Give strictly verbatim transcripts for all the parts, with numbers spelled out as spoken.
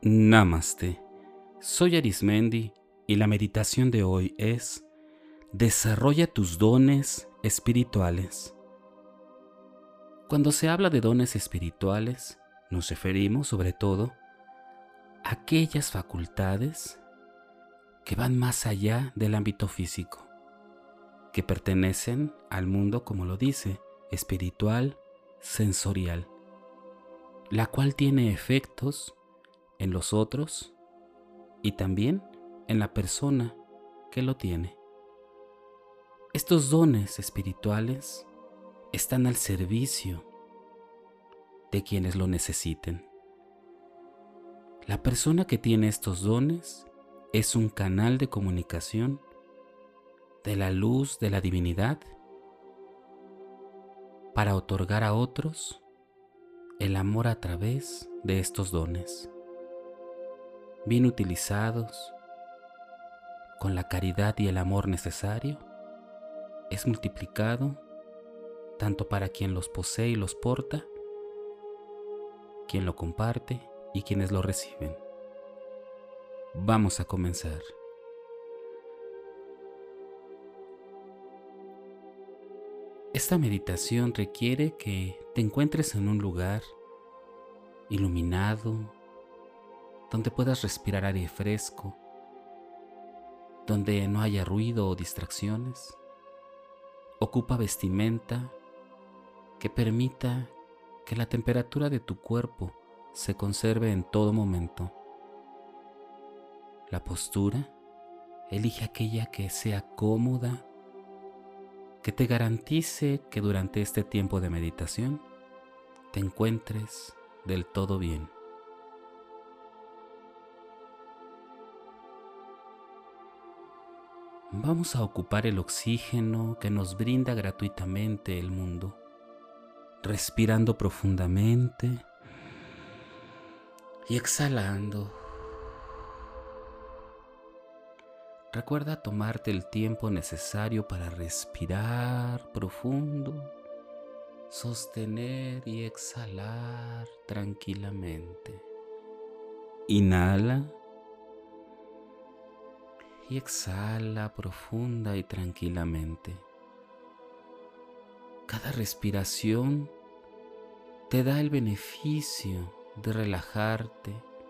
Namaste. Soy Arismendi y la meditación de hoy es Desarrolla tus dones espirituales. Cuando se habla de dones espirituales, nos referimos sobre todo a aquellas facultades que van más allá del ámbito físico, que pertenecen al mundo, como lo dice, espiritual, sensorial, la cual tiene efectos en los otros y también en la persona que lo tiene. Estos dones espirituales están al servicio de quienes lo necesiten. La persona que tiene estos dones es un canal de comunicación de la luz de la divinidad para otorgar a otros el amor a través de estos dones. Bien utilizados, con la caridad y el amor necesario, es multiplicado tanto para quien los posee y los porta, quien lo comparte y quienes lo reciben. Vamos a comenzar. Esta meditación requiere que te encuentres en un lugar iluminado, donde puedas respirar aire fresco, donde no haya ruido o distracciones. Ocupa vestimenta que permita que la temperatura de tu cuerpo se conserve en todo momento. La postura, elige aquella que sea cómoda, que te garantice que durante este tiempo de meditación te encuentres del todo bien. Vamos a ocupar el oxígeno que nos brinda gratuitamente el mundo, respirando profundamente y exhalando. Recuerda tomarte el tiempo necesario para respirar profundo, sostener y exhalar tranquilamente. Inhala y exhala profunda y tranquilamente. Cada respiración te da el beneficio de relajarte.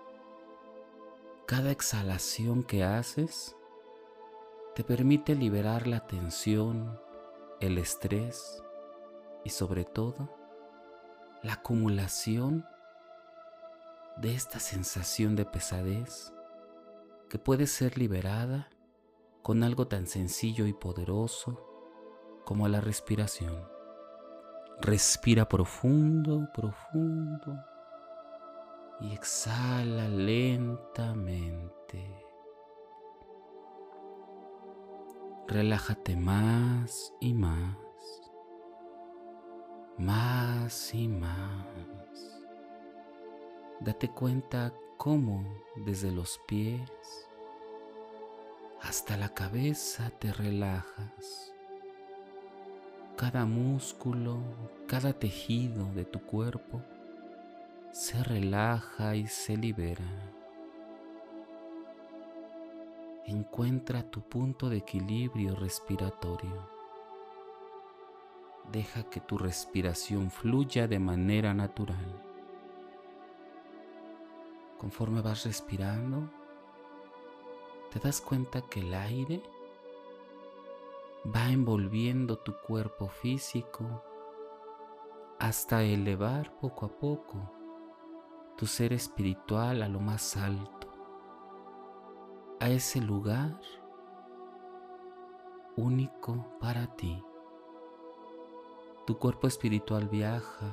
Cada exhalación que haces te permite liberar la tensión, el estrés y sobre todo la acumulación de esta sensación de pesadez que puede ser liberada con algo tan sencillo y poderoso como la respiración. Respira profundo, profundo y exhala lentamente. Relájate más y más, más y más. Date cuenta cómo desde los pies hasta la cabeza te relajas. Cada músculo, cada tejido de tu cuerpo se relaja y se libera. Encuentra tu punto de equilibrio respiratorio. Deja que tu respiración fluya de manera natural. Conforme vas respirando, te das cuenta que el aire va envolviendo tu cuerpo físico hasta elevar poco a poco tu ser espiritual a lo más alto, a ese lugar único para ti. Tu cuerpo espiritual viaja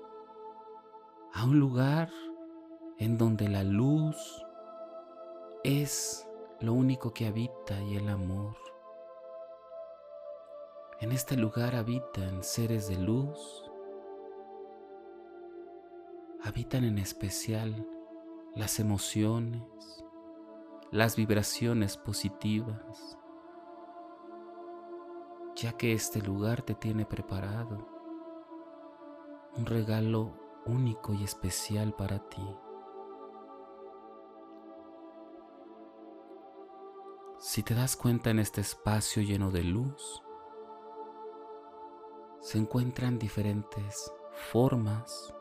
a un lugar en donde la luz es lo único que habita y el amor. En este lugar habitan seres de luz, habitan en especial las emociones, las vibraciones positivas, ya que este lugar te tiene preparado un regalo único y especial para ti. Si te das cuenta, en este espacio lleno de luz se encuentran diferentes formas,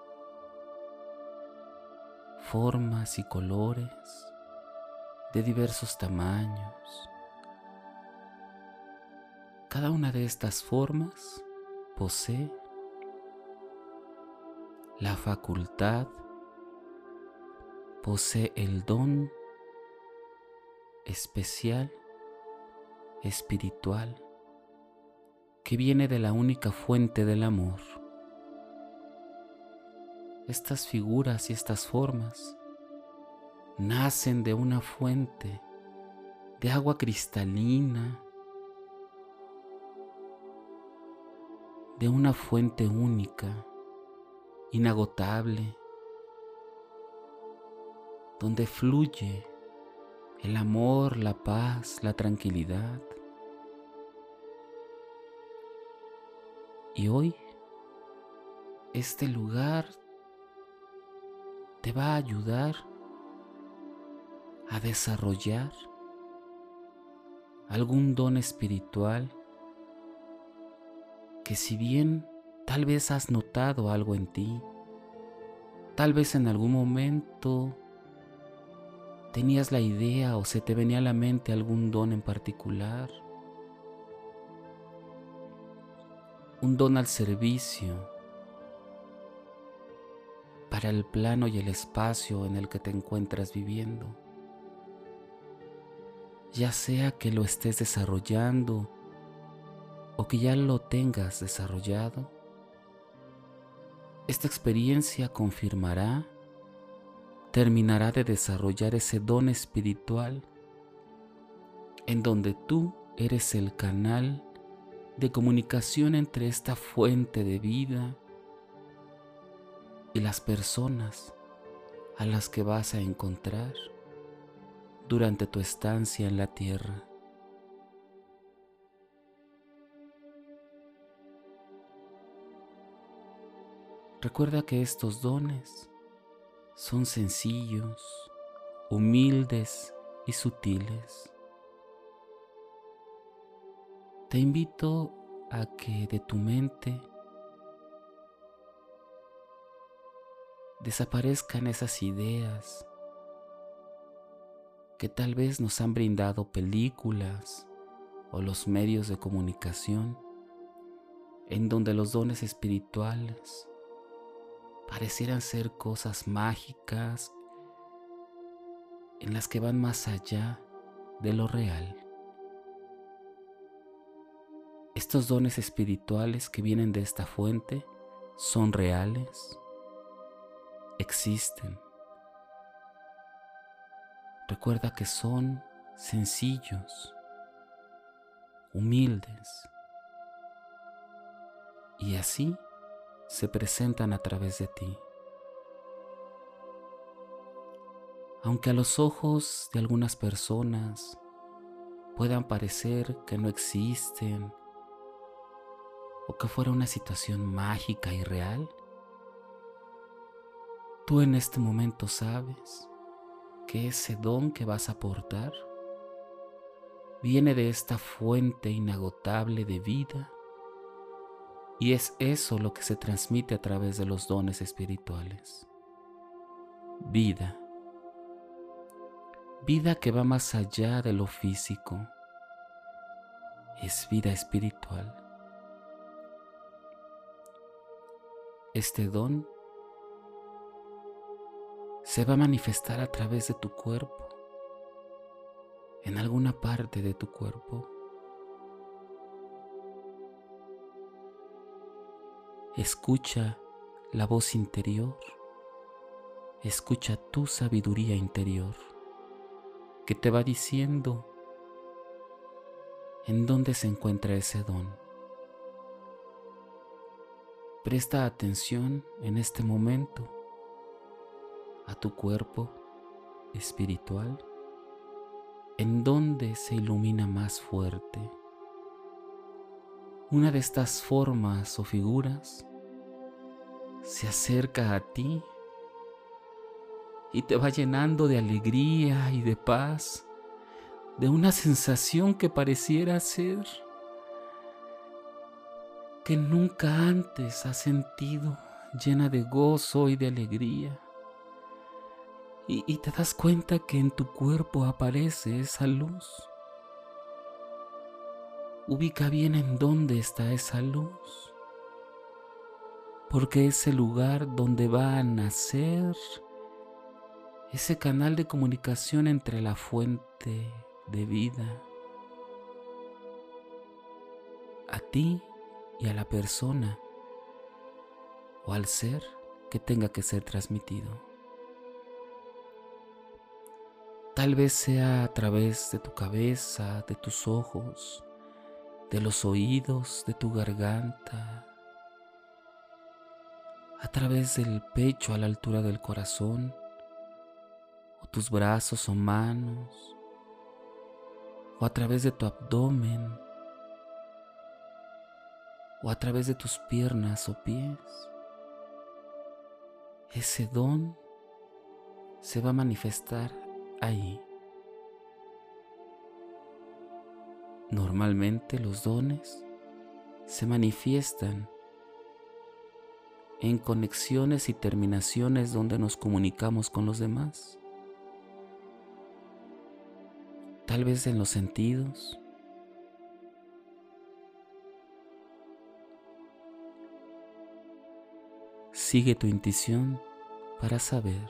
formas y colores de diversos tamaños. Cada una de estas formas posee la facultad, posee el don especial, espiritual, que viene de la única fuente del amor. Estas figuras y estas formas nacen de una fuente de agua cristalina, de una fuente única, inagotable, donde fluye el amor, la paz, la tranquilidad. Y hoy, este lugar te va a ayudar a desarrollar algún don espiritual que, si bien tal vez has notado algo en ti, tal vez en algún momento tenías la idea o se te venía a la mente algún don en particular, un don al servicio para el plano y el espacio en el que te encuentras viviendo. Ya sea que lo estés desarrollando o que ya lo tengas desarrollado, esta experiencia confirmará, terminará de desarrollar ese don espiritual en donde tú eres el canal de comunicación entre esta fuente de vida y las personas a las que vas a encontrar durante tu estancia en la tierra. Recuerda que estos dones son sencillos, humildes y sutiles. Te invito a que de tu mente desaparezcan esas ideas que tal vez nos han brindado películas o los medios de comunicación, en donde los dones espirituales parecieran ser cosas mágicas en las que van más allá de lo real. Estos dones espirituales que vienen de esta fuente son reales, existen. Recuerda que son sencillos, humildes, y así se presentan a través de ti. Aunque a los ojos de algunas personas puedan parecer que no existen o que fuera una situación mágica y real, tú en este momento sabes que ese don que vas a aportar viene de esta fuente inagotable de vida, y es eso lo que se transmite a través de los dones espirituales. Vida. Vida que va más allá de lo físico. Es vida espiritual. Este don se va a manifestar a través de tu cuerpo, en alguna parte de tu cuerpo. Escucha la voz interior, escucha tu sabiduría interior que te va diciendo en dónde se encuentra ese don. Presta atención en este momento a tu cuerpo espiritual, en dónde se ilumina más fuerte. Una de estas formas o figuras se acerca a ti y te va llenando de alegría y de paz, de una sensación que pareciera ser que nunca antes has sentido, llena de gozo y de alegría. Y, y te das cuenta que en tu cuerpo aparece esa luz. Ubica bien en dónde está esa luz, porque es el lugar donde va a nacer ese canal de comunicación entre la fuente de vida, a ti y a la persona o al ser que tenga que ser transmitido. Tal vez sea a través de tu cabeza, de tus ojos, de los oídos, de tu garganta, a través del pecho a la altura del corazón, o tus brazos o manos, o a través de tu abdomen, o a través de tus piernas o pies. Ese don se va a manifestar ahí. Normalmente los dones se manifiestan en conexiones y terminaciones donde nos comunicamos con los demás. Tal vez en los sentidos, sigue tu intuición para saber.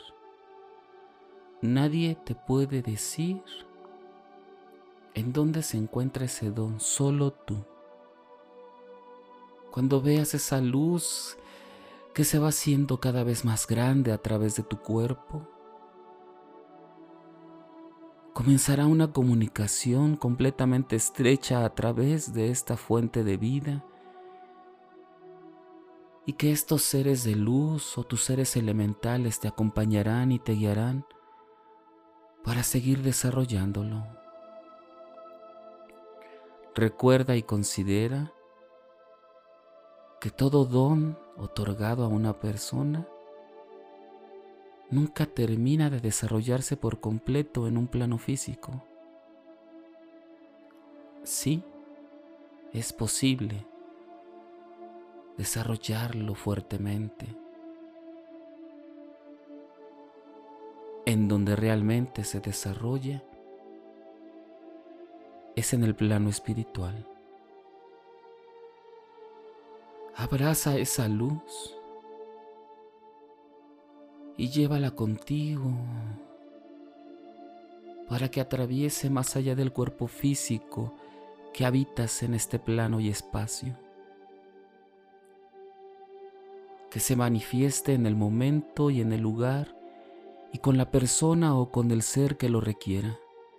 Nadie te puede decir en dónde se encuentra ese don, solo tú. Cuando veas esa luz que se va haciendo cada vez más grande a través de tu cuerpo, comenzará una comunicación completamente estrecha a través de esta fuente de vida, y que estos seres de luz o tus seres elementales te acompañarán y te guiarán para seguir desarrollándolo. Recuerda y considera que todo don otorgado a una persona nunca termina de desarrollarse por completo en un plano físico. Sí, es posible desarrollarlo fuertemente. En donde realmente se desarrolla es en el plano espiritual. Abraza esa luz y llévala contigo para que atraviese más allá del cuerpo físico que habitas en este plano y espacio. Que se manifieste en el momento y en el lugar y con la persona o con el ser que lo requiera.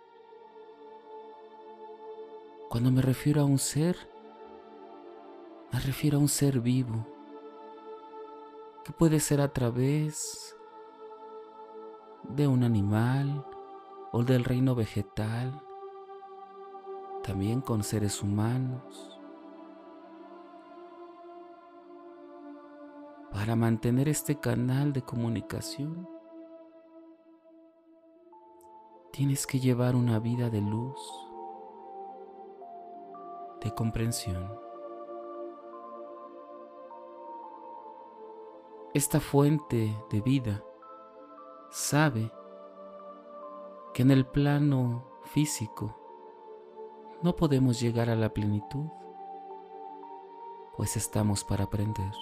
Cuando me refiero a un ser, me refiero a un ser vivo, que puede ser a través de un animal o del reino vegetal, también con seres humanos. Para mantener este canal de comunicación, tienes que llevar una vida de luz, de comprensión. Esta fuente de vida sabe que en el plano físico no podemos llegar a la plenitud, pues estamos para aprender.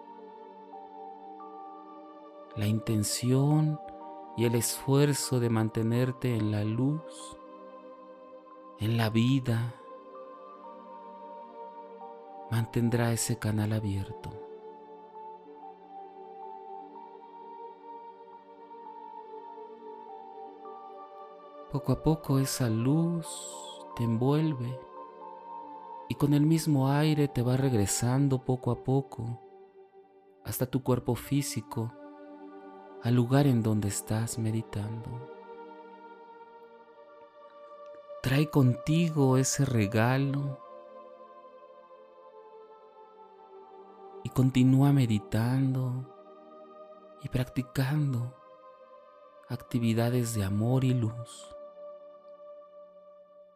La intención y el esfuerzo de mantenerte en la luz, en la vida, mantendrá ese canal abierto. Poco a poco esa luz te envuelve y con el mismo aire te va regresando poco a poco hasta tu cuerpo físico, al lugar en donde estás meditando. Trae contigo ese regalo y continúa meditando y practicando actividades de amor y luz.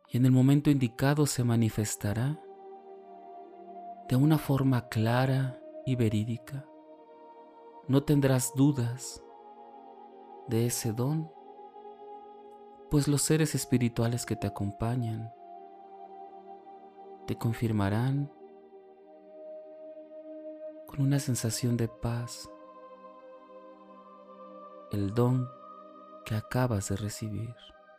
y en el momento indicado se manifestará de una forma clara y verídica. No tendrás dudas de ese don, pues los seres espirituales que te acompañan te confirmarán con una sensación de paz el don que acabas de recibir.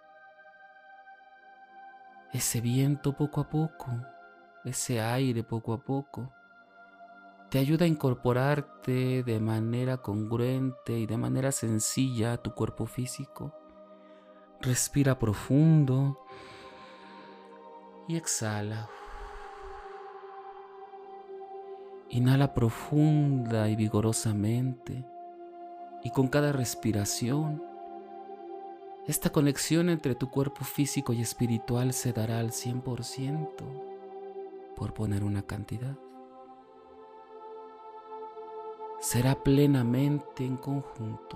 Ese viento poco a poco, ese aire poco a poco, te ayuda a incorporarte de manera congruente y de manera sencilla a tu cuerpo físico. Respira profundo y exhala. Inhala profunda y vigorosamente, y con cada respiración, esta conexión entre tu cuerpo físico y espiritual se dará al cien por ciento, por poner una cantidad. Será plenamente en conjunto.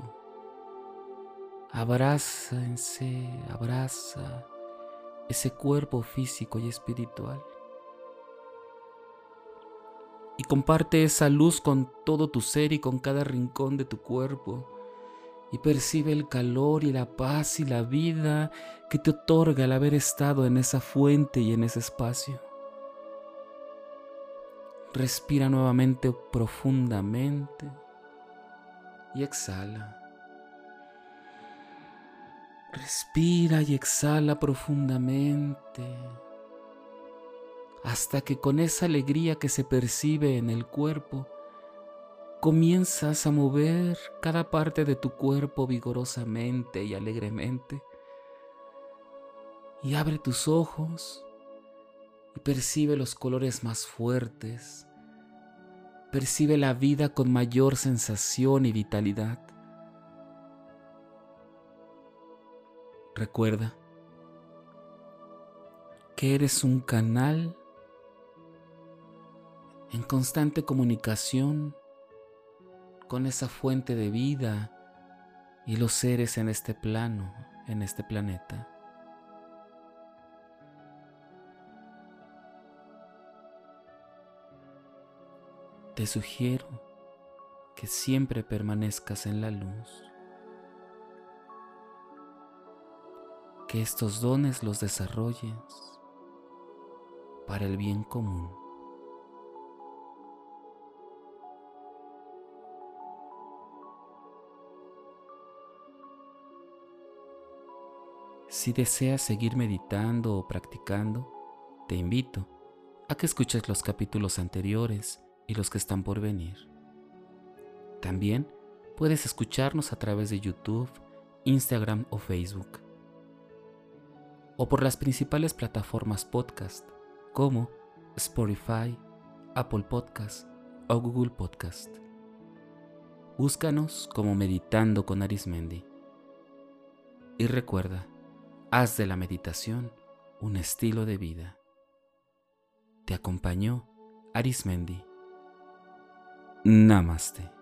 Abrácense, abraza ese cuerpo físico y espiritual. Y comparte esa luz con todo tu ser y con cada rincón de tu cuerpo. Y percibe el calor y la paz y la vida que te otorga el haber estado en esa fuente y en ese espacio. Respira nuevamente profundamente y exhala. Respira y exhala profundamente, hasta que con esa alegría que se percibe en el cuerpo, comienzas a mover cada parte de tu cuerpo vigorosamente y alegremente. Y abre tus ojos y percibe los colores más fuertes. Percibe la vida con mayor sensación y vitalidad. Recuerda que eres un canal en constante comunicación con esa fuente de vida y los seres en este plano, en este planeta. Te sugiero que siempre permanezcas en la luz, que estos dones los desarrolles para el bien común. Si deseas seguir meditando o practicando, te invito a que escuches los capítulos anteriores y los que están por venir. También puedes escucharnos a través de YouTube, Instagram o Facebook, o por las principales plataformas podcast como Spotify, Apple Podcast o Google Podcast. Búscanos como Meditando con Arismendi. Y recuerda, haz de la meditación un estilo de vida. Te acompañó Arismendi. Namaste.